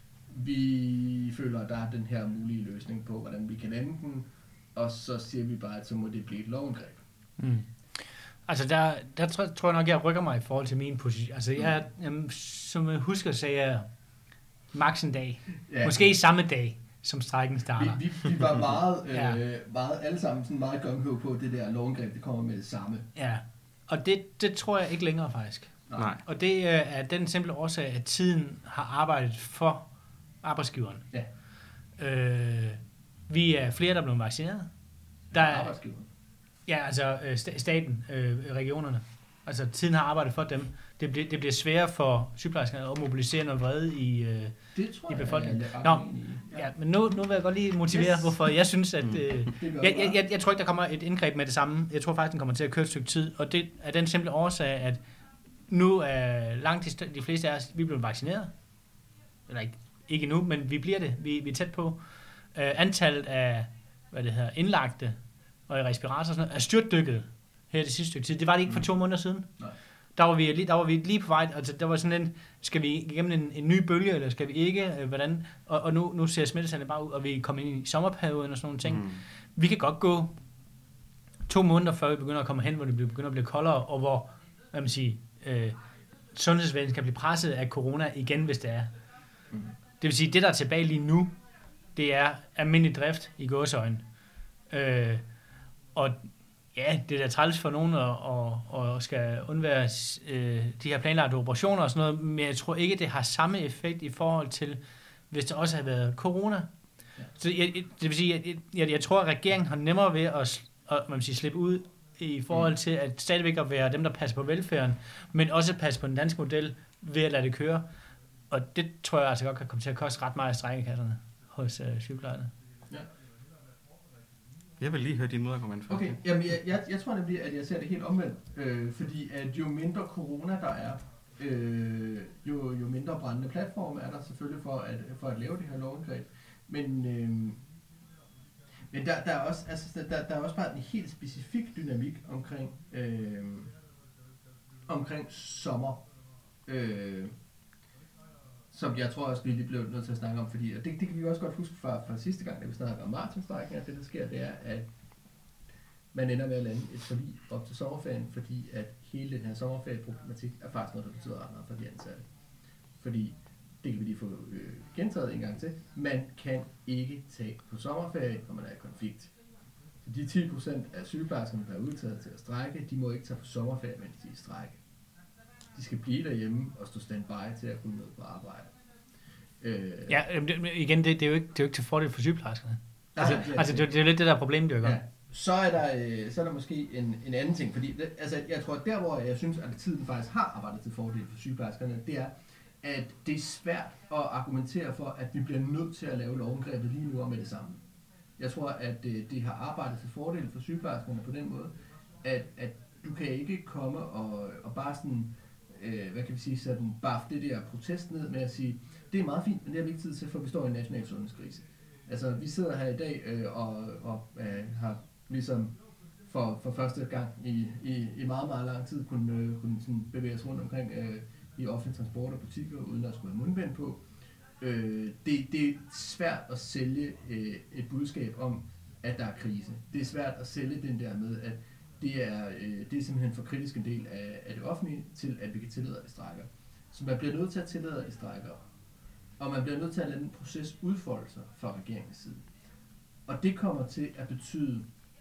vi føler, at der er den her mulige løsning på, hvordan vi kan lande den, og så siger vi bare, at så må det blive et lovindgreb. Mm. Altså der, der tror, tror jeg nok, jeg rykker mig i forhold til min position. Altså jeg, jamen, som jeg husker, sagde jeg maks en dag. Ja. Måske samme dag, som strejken starter. Vi, vi, vi var meget, ja. øh, meget alle sammen sådan meget gung på det der lovindgreb, det kommer med det samme. Ja, og det, det tror jeg ikke længere faktisk. Nej. Og det øh, er den simple årsag, at tiden har arbejdet for arbejdsgiveren. Ja. Øh, vi er flere, der er blevet vaccineret. Der er, arbejdsgiveren? Ja, altså øh, staten, øh, regionerne. Altså tiden har arbejdet for dem. Det bliver, det bliver sværere for sygeplejerskerne at mobilisere noget vrede i, øh, i befolkningen. Jeg, jeg Nå, ja. Ja, men nu, nu vil jeg godt lige motivere, yes. hvorfor jeg synes, at... Øh, jeg, jeg, jeg, jeg tror ikke, der kommer et indgreb med det samme. Jeg tror faktisk, den kommer til at køre et stykke tid. Og det er den simple årsag, at nu er langt de, de fleste af os, vi er blevet vaccineret. Eller ikke, ikke endnu, men vi bliver det. Vi, vi er tæt på. Uh, antallet af hvad det hedder, indlagte og i respirator og sådan noget, er styrtdykket her det sidste stykke tid. Det var det ikke for to måneder siden. Nej. Der var vi lige, der var vi lige på vej, altså der var sådan en, skal vi igennem en, en ny bølge, eller skal vi ikke, hvordan, og, og nu, nu ser smittetallene bare ud, og vi kommer ind i sommerperioden og sådan nogle ting. Mm. Vi kan godt gå to måneder, før vi begynder at komme hen, hvor det begynder at blive koldere, og hvor, hvad man siger, øh, sundhedsvæsenet kan blive presset af corona igen, hvis det er. Mm. Det vil sige, det der er tilbage lige nu, det er almindelig drift i gåseøjne. Øh, og ja, det er da træls for nogen at, at, at skal undvære øh, de her planlagte operationer og sådan noget, men jeg tror ikke, det har samme effekt i forhold til, hvis det også har været corona. Ja. Så jeg, det vil sige, jeg, jeg, jeg tror, at regeringen har nemmere ved at, at man siger, slippe ud i forhold til at stadigvæk at være dem, der passer på velfærden, men også passe på den danske model ved at lade det køre. Og det tror jeg altså godt kan komme til at koste ret meget i strækkekasserne hos øh, sygeplejerskerne. Ja. Jeg vil lige høre din modargument for. Okay, jamen jeg, jeg, jeg tror nemlig, at jeg ser det helt omvendt. Øh, fordi at jo mindre corona der er, øh, jo, jo mindre brændende platform er der selvfølgelig for at, for at lave det her lovindgreb. Men, øh, men der, der, er også, altså, der, der er også bare en helt specifik dynamik omkring, øh, omkring sommer. Øh, som jeg tror også, vi lige blev nødt til at snakke om, fordi og det, det kan vi jo også godt huske fra, fra sidste gang, da vi snakkede om maratonstrækken, at det der sker, det er, at man ender med at lande et forlig op til sommerferien, fordi at hele den her sommerferieproblematik er faktisk noget, der betyder ret meget for de ansatte. Fordi, det kan vi lige få øh, gentaget en gang til, man kan ikke tage på sommerferie, når man er i konflikt. Så de ti procent af sygeplejerskerne, der er udtaget til at strække, de må ikke tage på sommerferie, mens de er i strække. De skal blive derhjemme og stå standby til at kunne møde på arbejde. Øh, ja, det, igen, det, det, er jo ikke, det er jo ikke til fordel for sygeplejerskerne. Altså, nej, altså det, det er jo lidt det der problem, det er jo ja. Så er der, øh, så er der måske en, en anden ting, fordi det, altså, jeg tror, at der hvor jeg synes, at tiden faktisk har arbejdet til fordel for sygeplejerskerne, det er, at det er svært at argumentere for, at vi bliver nødt til at lave lovindgrebet lige nu og med det samme. Jeg tror, at øh, det har arbejdet til fordel for sygeplejerskerne på den måde, at, at du kan ikke komme og, og bare sådan, øh, hvad kan vi sige, sådan bare det der protest ned med at sige, det er meget fint, men det har vi ikke tid til, for vi står i en national sundhedskrise. Altså, vi sidder her i dag øh, og, og øh, har ligesom for, for første gang i, i, i meget, meget lang tid kunne, øh, kunne sådan bevæge os rundt omkring øh, i offentlig transport og butikker, uden at skulle have mundbind på. Øh, det, det er svært at sælge øh, et budskab om, at der er krise. Det er svært at sælge den der med, at det er, øh, det er simpelthen for kritisk en del af, af det offentlige, til at vi kan tillade, at de strækker. Så man bliver nødt til at tillade, at de strækker. Og man bliver nødt til at lade den proces udfolde sig fra regeringens side. Og det kommer til at betyde,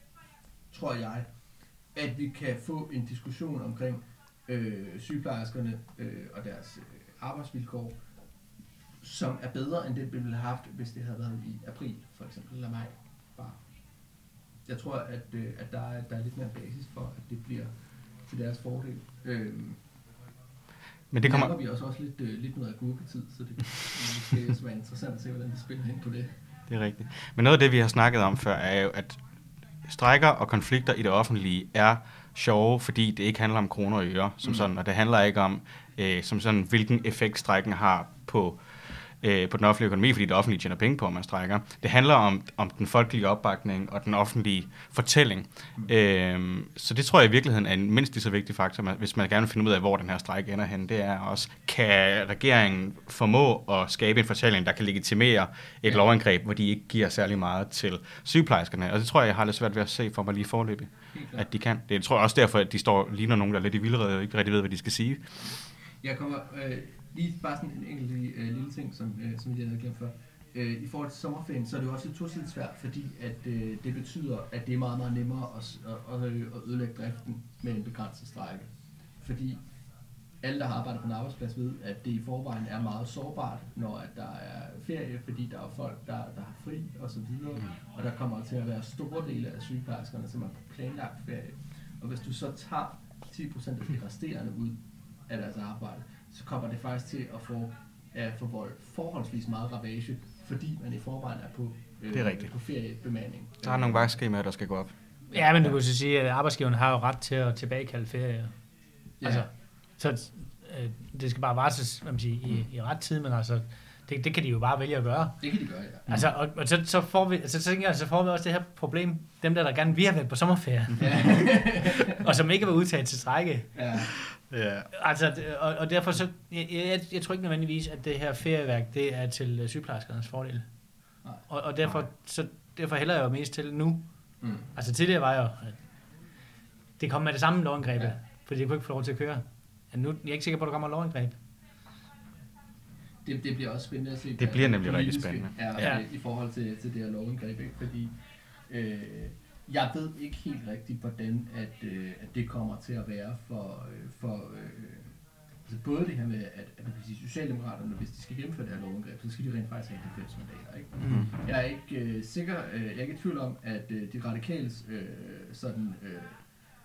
tror jeg, at vi kan få en diskussion omkring øh, sygeplejerskerne øh, og deres øh, arbejdsvilkår, som er bedre end det, vi ville have haft, hvis det havde været i april, for eksempel, eller maj. Bare. Jeg tror, at, øh, at der, er, der er lidt mere basis for, at det bliver til deres fordel. Øh, Men det kommer... Der vi også, også lidt, øh, lidt noget af gurketid, så det måske også være interessant at se, hvordan de spiller hen på det. Det er rigtigt. Men noget af det, vi har snakket om før, er jo, at strejker og konflikter i det offentlige er sjove, fordi det ikke handler om kroner og øre, som mm. sådan, og det handler ikke om, øh, som sådan, hvilken effekt strejken har på, øh, på den offentlige økonomi, fordi det offentlige tjener penge på, at man strejker. Det handler om, om den folkelige opbakning og den offentlige fortælling. Mm. Øh, så det tror jeg i virkeligheden er en mindst lige så vigtig faktor, hvis man gerne vil finde ud af, hvor den her strejk ender hen. Det er også, kan regeringen formå at skabe en fortælling, der kan legitimere et ja. lovindgreb, hvor de ikke giver særlig meget til sygeplejerskerne. Og det tror jeg, jeg har lidt svært ved at se for mig lige forløbig, at de kan. Det tror jeg også derfor, at de står ligner nogen, der er lidt i vildrede og ikke rigtig ved, hvad de skal sige. Jeg kommer øh, lige bare sådan en enkelt øh, lille ting, som, øh, som jeg havde glemt før. Øh, I forhold til sommerferien, så er det jo også et tosidigt svært, fordi at, øh, det betyder, at det er meget, meget nemmere at, at, at ødelægge driften med en begrænset strejke. Fordi alle, der har arbejdet på en arbejdsplads, ved, at det i forvejen er meget sårbart, når at der er ferie, fordi der er folk, der, der har fri og så videre. Mm. Og der kommer til at være store dele af sygeplejerskerne, som er på planlagt ferie. Og hvis du så tager ti procent af de resterende ud af deres arbejde, så kommer det faktisk til at få at forvolde forholdsvis meget ravage, fordi man i forvejen er på, øh, det er på feriebemanding. Der er nogle vagtskemaer, der skal gå op. Ja, men du kan så sige, at arbejdsgiveren har jo ret til at tilbagekalde ferie. Ja. Altså, så øh, det skal bare varsles, hvad man siger, i, i ret tid, men altså, det, det kan de jo bare vælge at gøre. Det kan de gøre, ja. Altså, og, og så, så, får vi, altså, så, tænker jeg, så får vi også det her problem, dem der, der gerne vil have været på sommerferie, ja. og som ikke var udtaget til strække. Ja. Ja. Altså, og, og derfor så, jeg, jeg, jeg tror ikke nødvendigvis, at det her ferieværk, det er til sygeplejerskernes fordel. Nej. Og, og derfor, Nej. så, derfor hælder jeg jo mest til nu. Mm. Altså tidligere var jeg jo, det kom med det samme lovindgreb, ja. fordi det kunne ikke få lov til at køre. Ja, nu jeg er ikke sikker på, at der kommer lovindgreb. Det, det bliver også spændende at se. Det bliver nemlig rigtig spændende. Er, ja. i forhold til, til det her lovindgreb, ikke? Fordi øh, jeg ved ikke helt rigtigt, hvordan at, øh, at det kommer til at være for, øh, for øh, altså både det her med, at, at man kan sige, Socialdemokraterne, hvis de skal gennemføre det her lovindgreb, så skal de rent faktisk have halvfems mandater. Ikke? Mm. Jeg er ikke øh, sikker, øh, jeg er ikke i tvivl om, at øh, de radikales øh, sådan, øh,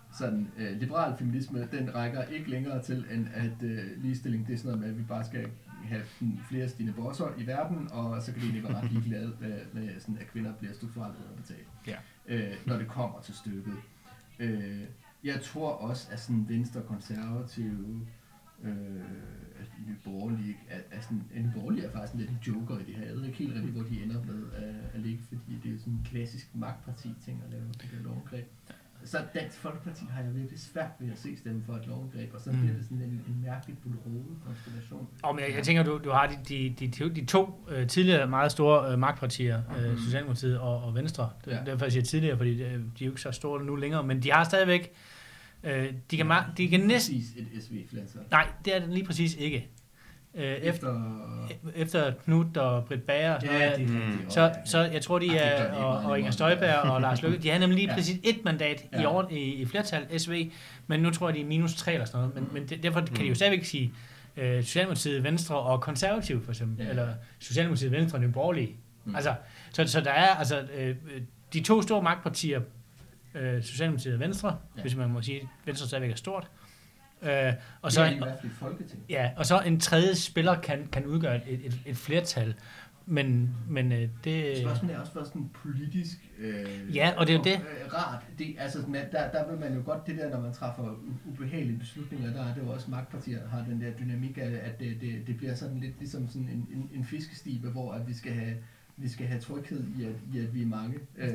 sådan øh, liberal feminisme, den rækker ikke længere til, end at øh, ligestilling, det er sådan noget med, at vi bare skal have flere Stine Bosser i verden, og så kan de ikke være ret ligeglade med, med sådan, at kvinder bliver strukturelt underbetalt, Ja. øh, når det kommer til stykket. Øh, jeg tror også, at sådan venstre konservative øh, Nye Borgerlige, er, er sådan, en borgerlige er faktisk lidt en joker i det her. Jeg ved ikke helt rigtigt, hvor de ender med at, at ligge, fordi det er jo sådan en klassisk magtparti-ting at lave det der lovgreb. Så Dansk Folkeparti har jeg virkelig svært ved at se stemme for et lovgreb, og så bliver det sådan en, en mærkelig bullerode-konstellation. Og men jeg, jeg tænker, du, du har de, de, de, de to øh, tidligere meget store øh, magtpartier, øh, mm. Socialdemokratiet og, og Venstre. Det, ja. Derfor jeg siger tidligere, fordi de, de er jo ikke så store nu længere, men de har stadigvæk, øh, de kan, ja, de kan næsten... et S V-flertal. Nej, det er det lige præcis ikke. Øh, efter, efter Knud og Britt Bager og sådan ja, noget, det, mm. det, så, så jeg tror, de er, og, og Inger Støjberg og Lars Løkke, de har nemlig lige ja. præcis et mandat ja. i, år, i, i flertal, S V, men nu tror jeg, de er minus tre eller sådan noget, men, mm. men det, derfor kan mm. de jo stadigvæk sige øh, Socialdemokratiet, Venstre og Konservative for eksempel, ja. eller Socialdemokratiet, Venstre og Nye Borgerlige. Mm. Altså, så, så der er altså øh, de to store magtpartier, øh, Socialdemokratiet og Venstre, ja. hvis man må sige, at Venstre stadigvæk er stort. Øh, og så en, ja, og så en tredje spiller kan, kan udgøre et, et, et flertal, men, men øh, det... Spørgsmålet er også for sådan politisk øh, ja, og det er jo det. Øh, rart. Det, altså, der, der vil man jo godt, det der, når man træffer ubehagelige beslutninger, der er det jo også magtpartier, der har den der dynamik af, at det, det, det bliver sådan lidt ligesom sådan en, en, en fiskestibe, hvor at vi skal have vi skal have tryghed i, at, i, at vi er mange. Øh,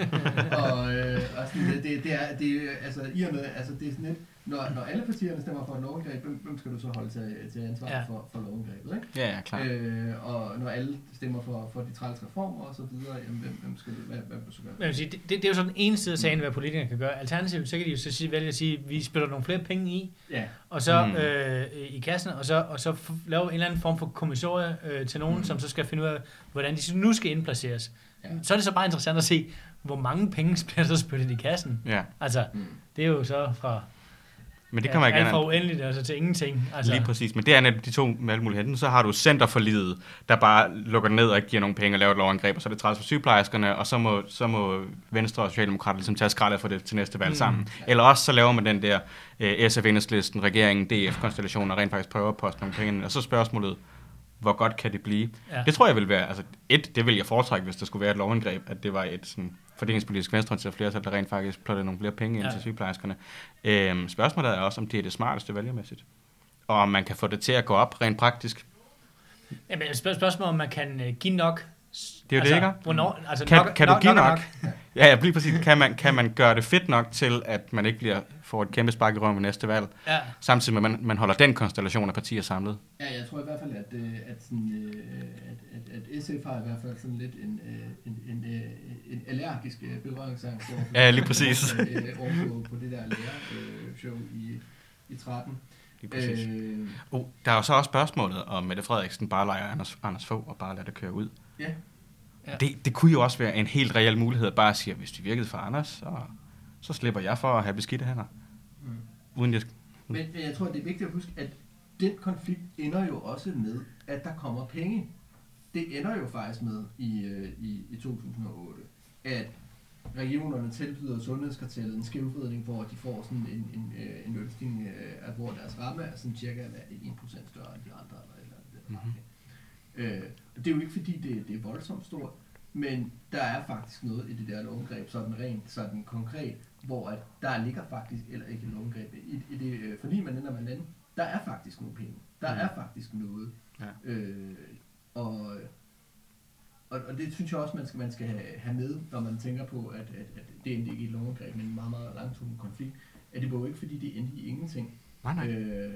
og øh, og sådan, det, det, er, det er, altså, i og med, altså, det er sådan lidt, når, når alle partierne stemmer for et lovindgreb, hvem, hvem skal du så holde til, til ansvar ja. for, for lovindgrebet, ikke? Ja, ja, klart. Øh, og når alle stemmer for, for de træls reformer og så videre, jamen, hvem, hvem skal du, hvad, hvad skal du gøre? Det, det, det er jo sådan en side af sagen, hvad politikerne kan gøre. Alternativt, så kan de jo så sige, vælge at sige, at vi spiller nogle flere penge i, ja. og så mm. øh, i kassen, og så, og så lave en eller anden form for kommissorie øh, til nogen, mm. som så skal finde ud af, hvordan de nu skal indplaceres. Ja. Så er det så bare interessant at se, hvor mange penge bliver så spyttet i kassen. Ja. Altså, mm. det er jo så fra... Men det kan man ja, gerne... alt fra uendeligt, altså til ingenting. Altså. Lige præcis, men det er netop de to valgmuligheder. Så har du Centerforliget, der bare lukker ned og ikke giver nogen penge og laver et lovangreb, og så er det træls for sygeplejerskerne, og så må, så må Venstre og Socialdemokrater ligesom tage skraldet for det til næste valg mm. sammen. Eller også så laver man den der uh, S F-Enhedslisten, regeringen, D F-konstellation, og rent faktisk prøver at poste nogle penge. Og så spørgsmålet, hvor godt kan det blive? Ja. Det tror jeg vil være, altså et, det vil jeg foretrække, hvis der skulle være et lovangreb, at det var et sådan fordelingspolitisk venstreorienteret flertal, der rent faktisk plottede nogle flere penge ind ja. til sygeplejerskerne. Øhm, spørgsmålet er også, om det er det smarteste vælgermæssigt. Og om man kan få det til at gå op rent praktisk. Jamen, spørgsmålet om man kan uh, give nok. Det er jo altså, det, ikke? Hvornår, altså kan, nok, kan du nok, give nok? nok? Ja, ja, lige præcis. Kan man, kan man gøre det fedt nok til, at man ikke bliver, får et kæmpe spark i røven ved næste valg, ja. samtidig med, at man, man holder den konstellation af partier samlet? Ja, jeg tror i hvert fald, at, at, sådan, at, at, at S F har i hvert fald sådan lidt en, en, en, en allergisk berøringsangst over, ja, lige præcis. over på, på det der lærershow i, i tretten. Øh, oh, der er jo så også spørgsmålet, om Mette Frederiksen bare leger Anders, Anders Fogh og bare lader det køre ud. Ja. Ja. Det, det kunne jo også være en helt reel mulighed at bare sige, at hvis det virkede for Anders, så, så slipper jeg for at have beskidte hænder. Mm. Uden jeg... Men jeg tror, det er vigtigt at huske, at den konflikt ender jo også med, at der kommer penge. Det ender jo faktisk med i, i, i to tusind og otte, at regionerne tilbyder sundhedskartellet en skævvridning, hvor de får sådan en, en, en lønstigning, at hvor deres ramme er sådan cirka en procent større end de andre. Eller, eller mm-hmm. øh, det er jo ikke fordi, det, det er voldsomt stort, men der er faktisk noget i det der lovindgreb, sådan rent sådan konkret, hvor at der ligger faktisk, eller ikke et lovindgreb, i, i det øh, forlig, man ender med lande, der er faktisk nogle penge. Der mm. er faktisk noget. Ja. Øh, og Og, og det synes jeg også, man skal, man skal have, have med, når man tænker på, at, at, at det endte ikke i et lovindgreb, men en meget, meget langtrukken konflikt. At det var jo ikke, fordi det endte i ingenting. Nej, nej. Øh,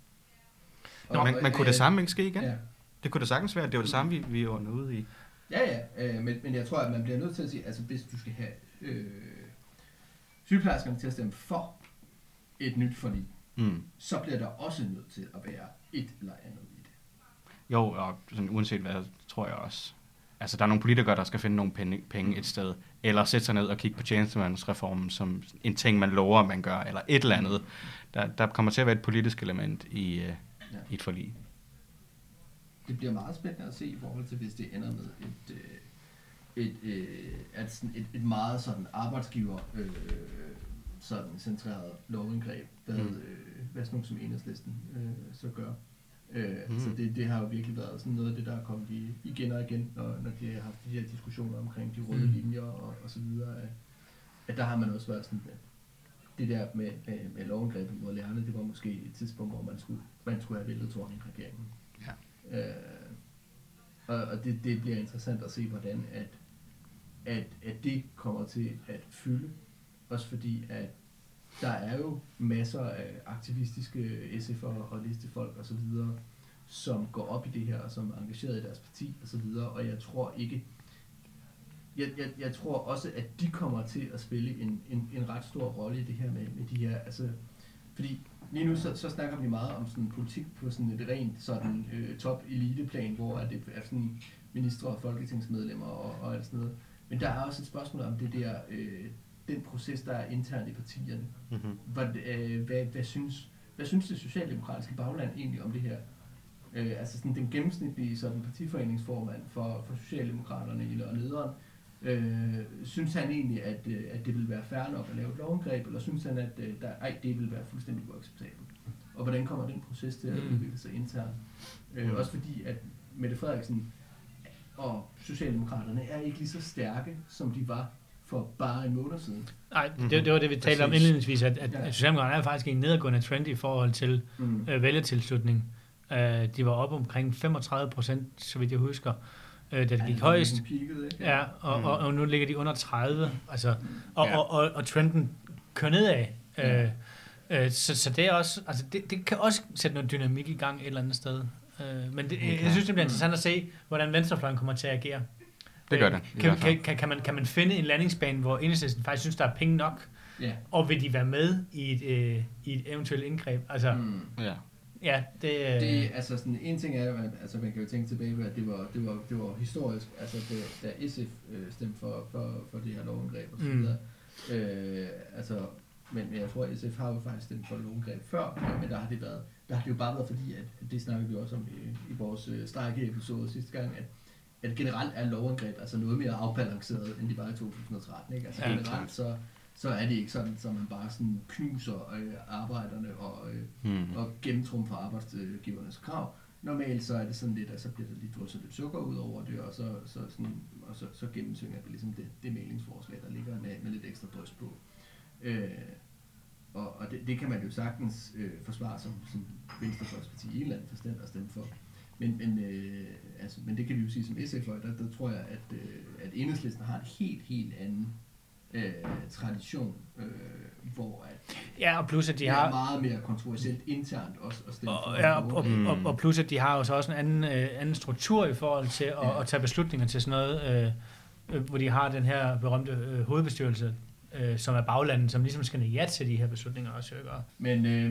og, man, man kunne øh, det samme ikke ske igen? Ja. Det kunne det sagtens være. Det var det samme, vi, vi var ude i. Ja, ja. Øh, men, men jeg tror, at man bliver nødt til at sige, altså hvis du skal have øh, sygeplejerskerne til at stemme for et nyt forlig, mm. så bliver der også nødt til at være et eller andet i det. Jo, og sådan, uanset hvad, tror jeg også. Altså, der er nogle politikere, der skal finde nogle penge, penge et sted, eller sætte sig ned og kigge på tjenestemandsreformen som en ting, man lover, man gør, eller et eller andet. Der, der kommer til at være et politisk element i, uh, ja. i et forlig. Det bliver meget spændende at se i forhold til, hvis det ender med et, et, et, et, et, et meget sådan arbejdsgiver øh, sådan centreret lovindgreb, hvad, mm. øh, hvad sådan nogle som Enhedslisten øh, så gør. Øh, mm. Så det, det har jo virkelig været sådan noget af det, der er kommet i, igen og igen, når, når de har haft de her diskussioner omkring de røde mm. linjer og, og så videre, at, at der har man også været sådan, at det der med, med, med lovindgrebet mod lærerne, det var måske et tidspunkt, hvor man skulle, man skulle have væltet Thorning-regeringen. Ja. Øh, og og det, det bliver interessant at se, hvordan at, at, at det kommer til at fylde. Også fordi, at der er jo masser af aktivistiske S F'ere og listefolk og så videre, som går op i det her, og som er engageret i deres parti og så videre. Og jeg tror ikke, jeg, jeg, jeg tror også, at de kommer til at spille en, en, en ret stor rolle i det her med, med de her, altså, fordi lige nu så, så snakker vi meget om sådan politik på sådan et rent sådan øh, top-eliteplan, hvor det er sådan ministre og folketingsmedlemmer og, og alt sådan noget. Men der er også et spørgsmål om det der, øh, den proces, der er internt i partierne. Mm-hmm. Hvad, øh, hvad, hvad, synes, hvad synes det socialdemokratiske bagland egentlig om det her? Øh, altså sådan den gennemsnitlige sådan partiforeningsformand for, for Socialdemokraterne i og nederen, øh, synes han egentlig, at, øh, at det vil være fair nok at lave et lovindgreb, eller synes han, at øh, der, ej, det vil være fuldstændig uacceptabelt? Og hvordan kommer den proces til at udvikle sig internt? Øh, også fordi, at Mette Frederiksen og Socialdemokraterne er ikke lige så stærke, som de var for bare en måned siden. Nej, det, det var det, vi talte om indledningsvis, at, at ja. Socialdemokraterne er faktisk i en nedadgående trend i forhold til mm. øh, vælgertilslutning. Uh, de var oppe omkring femogtredive procent, så vidt jeg husker, uh, da det gik højst. Peaked, ja, og, mm. og, og nu ligger de under tredive, altså, og, ja. og, og, og trenden kører nedad. Ja. Uh, uh, så, så det er også, altså det, det kan også sætte noget dynamik i gang et eller andet sted. Uh, men det, jeg synes, det bliver interessant at se, hvordan venstrefløjen kommer til at agere. Det gør det. Kan, kan, kan, kan, man, kan man finde en landingsbane, hvor Enhedslisten faktisk synes, der er penge nok, yeah. og vil de være med i et, øh, i et eventuelt indgreb? Altså, mm. ja. Ja, det, øh... det altså sådan en ting er, at altså man kan jo tænke tilbage, at det var det var det var historisk, altså det, da S F øh, stemte for for for det her lovindgreb og så videre. Mm. Øh, altså men jeg tror at S F har jo faktisk stemt for lovindgreb før, men der har det været der har det jo bare været fordi at det snakkede vi også om i, i vores øh, strejke-episode sidste gang, at at generelt er lovindgreb altså noget mere afbalanceret end de var i to tusind og tretten, ikke? Altså ja, generelt så så er det ikke sådan, så man bare sådan knuser øh, arbejderne og, øh, mm. og gennemtrumfer arbejdsgivernes krav. Normalt så er det sådan lidt, at så bliver der lige drysset lidt sukker ud over det, og så, så, sådan, og så, så gennemsynger det ligesom det, det mæglingsforslag, der ligger med, med lidt ekstra drys på. Øh, og og det, det kan man jo sagtens øh, forsvare som, som Venstrefløjsparti i en eller anden forstand at stemme for. Men, men, øh, altså, men det kan vi jo sige som S F'er, der, der tror jeg, at, øh, at Enhedslisten har en helt, helt anden Øh, tradition, øh, hvor at ja, og plus at de det er har meget mere kontroversielt internt også at stemme for. Ja, og, og, og, og plus at de har også også en anden, øh, anden struktur i forhold til at, ja. at tage beslutninger til sådan noget, øh, hvor de har den her berømte øh, hovedbestyrelse, øh, som er baglandet, som ligesom skal ja til de her beslutninger også. Ikke? Men øh,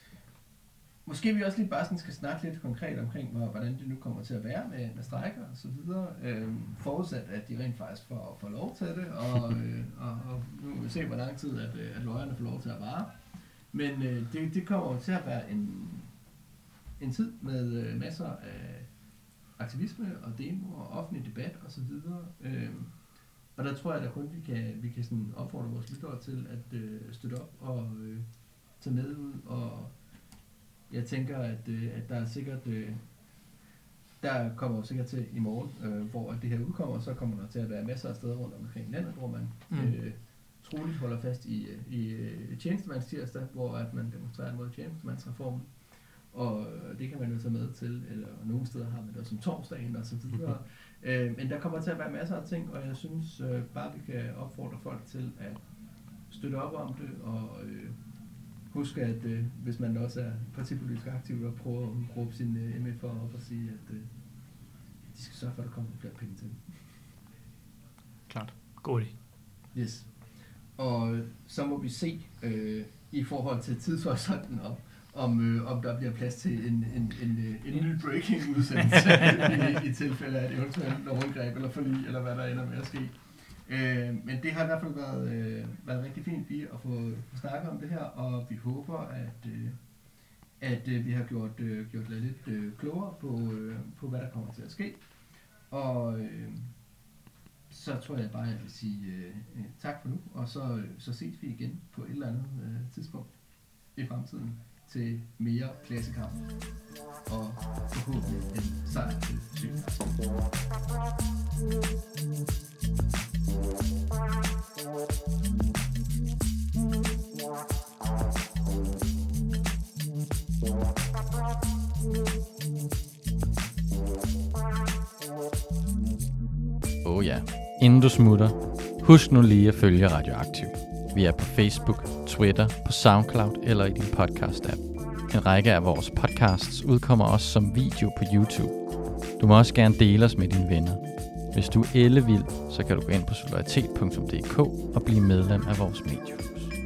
måske vi også lige bare sådan skal snakke lidt konkret omkring, hvordan det nu kommer til at være med, med strejker og så videre. Øh, forudsat, at de rent faktisk får, får lov til det, og, øh, og, og nu vil vi se, hvor lang tid, at, at løjerne får lov til at vare. Men øh, det, det kommer til at være en, en tid med øh, masser af aktivisme og demo og offentlig debat og så videre. Øh, og der tror jeg, at kun vi kan, vi kan sådan opfordre vores lyttere til at øh, støtte op og øh, tage med ud og jeg tænker, at, øh, at der er sikkert, øh, der kommer sikkert til i morgen, øh, hvor det her udkommer, så kommer der til at være masser af steder rundt omkring landet, hvor man mm. øh, troligt holder fast i, i øh, tjenestemandstirsdag, hvor at man demonstrerer mod tjenestemandsreformen. Og det kan man jo tage med til, eller nogle steder har man det også som torsdagen og så videre. øh, men der kommer til at være masser af ting, og jeg synes øh, bare, vi kan opfordre folk til at støtte op om det, og øh, husk, at øh, hvis man også er partipolitisk aktiv, og prøver at råbe sine øh, M F'er op og sige, at øh, de skal sørge for, at der kommer flere penge til. Klart. God idé. Yes. Og så må vi se øh, i forhold til tidshorisonten om, om, øh, om der bliver plads til en, en, en, en ny breaking-udsendelse i, i tilfælde af et eventuelt lovindgreb eller forlig, eller hvad der ender med at ske. Øh, men det har i hvert fald været, øh, været rigtig fint lige at få snakket om det her, og vi håber, at, øh, at øh, vi har gjort, øh, gjort lidt øh, klogere på, øh, på, hvad der kommer til at ske. Og øh, så tror jeg bare, jeg vil sige øh, tak for nu, og så, så ses vi igen på et eller andet øh, tidspunkt i fremtiden til mere klassekamp og forhåbentlig en sejr til sygeplejersker. Åh ja, inden du smutter, husk nu lige at følge Radioaktiv. Vi er på Facebook, Twitter, på SoundCloud eller i din podcast-app. En række af vores podcasts udkommer også som video på YouTube. Du må også gerne dele os med dine venner. Hvis du er ellevild, så kan du gå ind på solidaritet punktum d k og blive medlem af vores mediehus.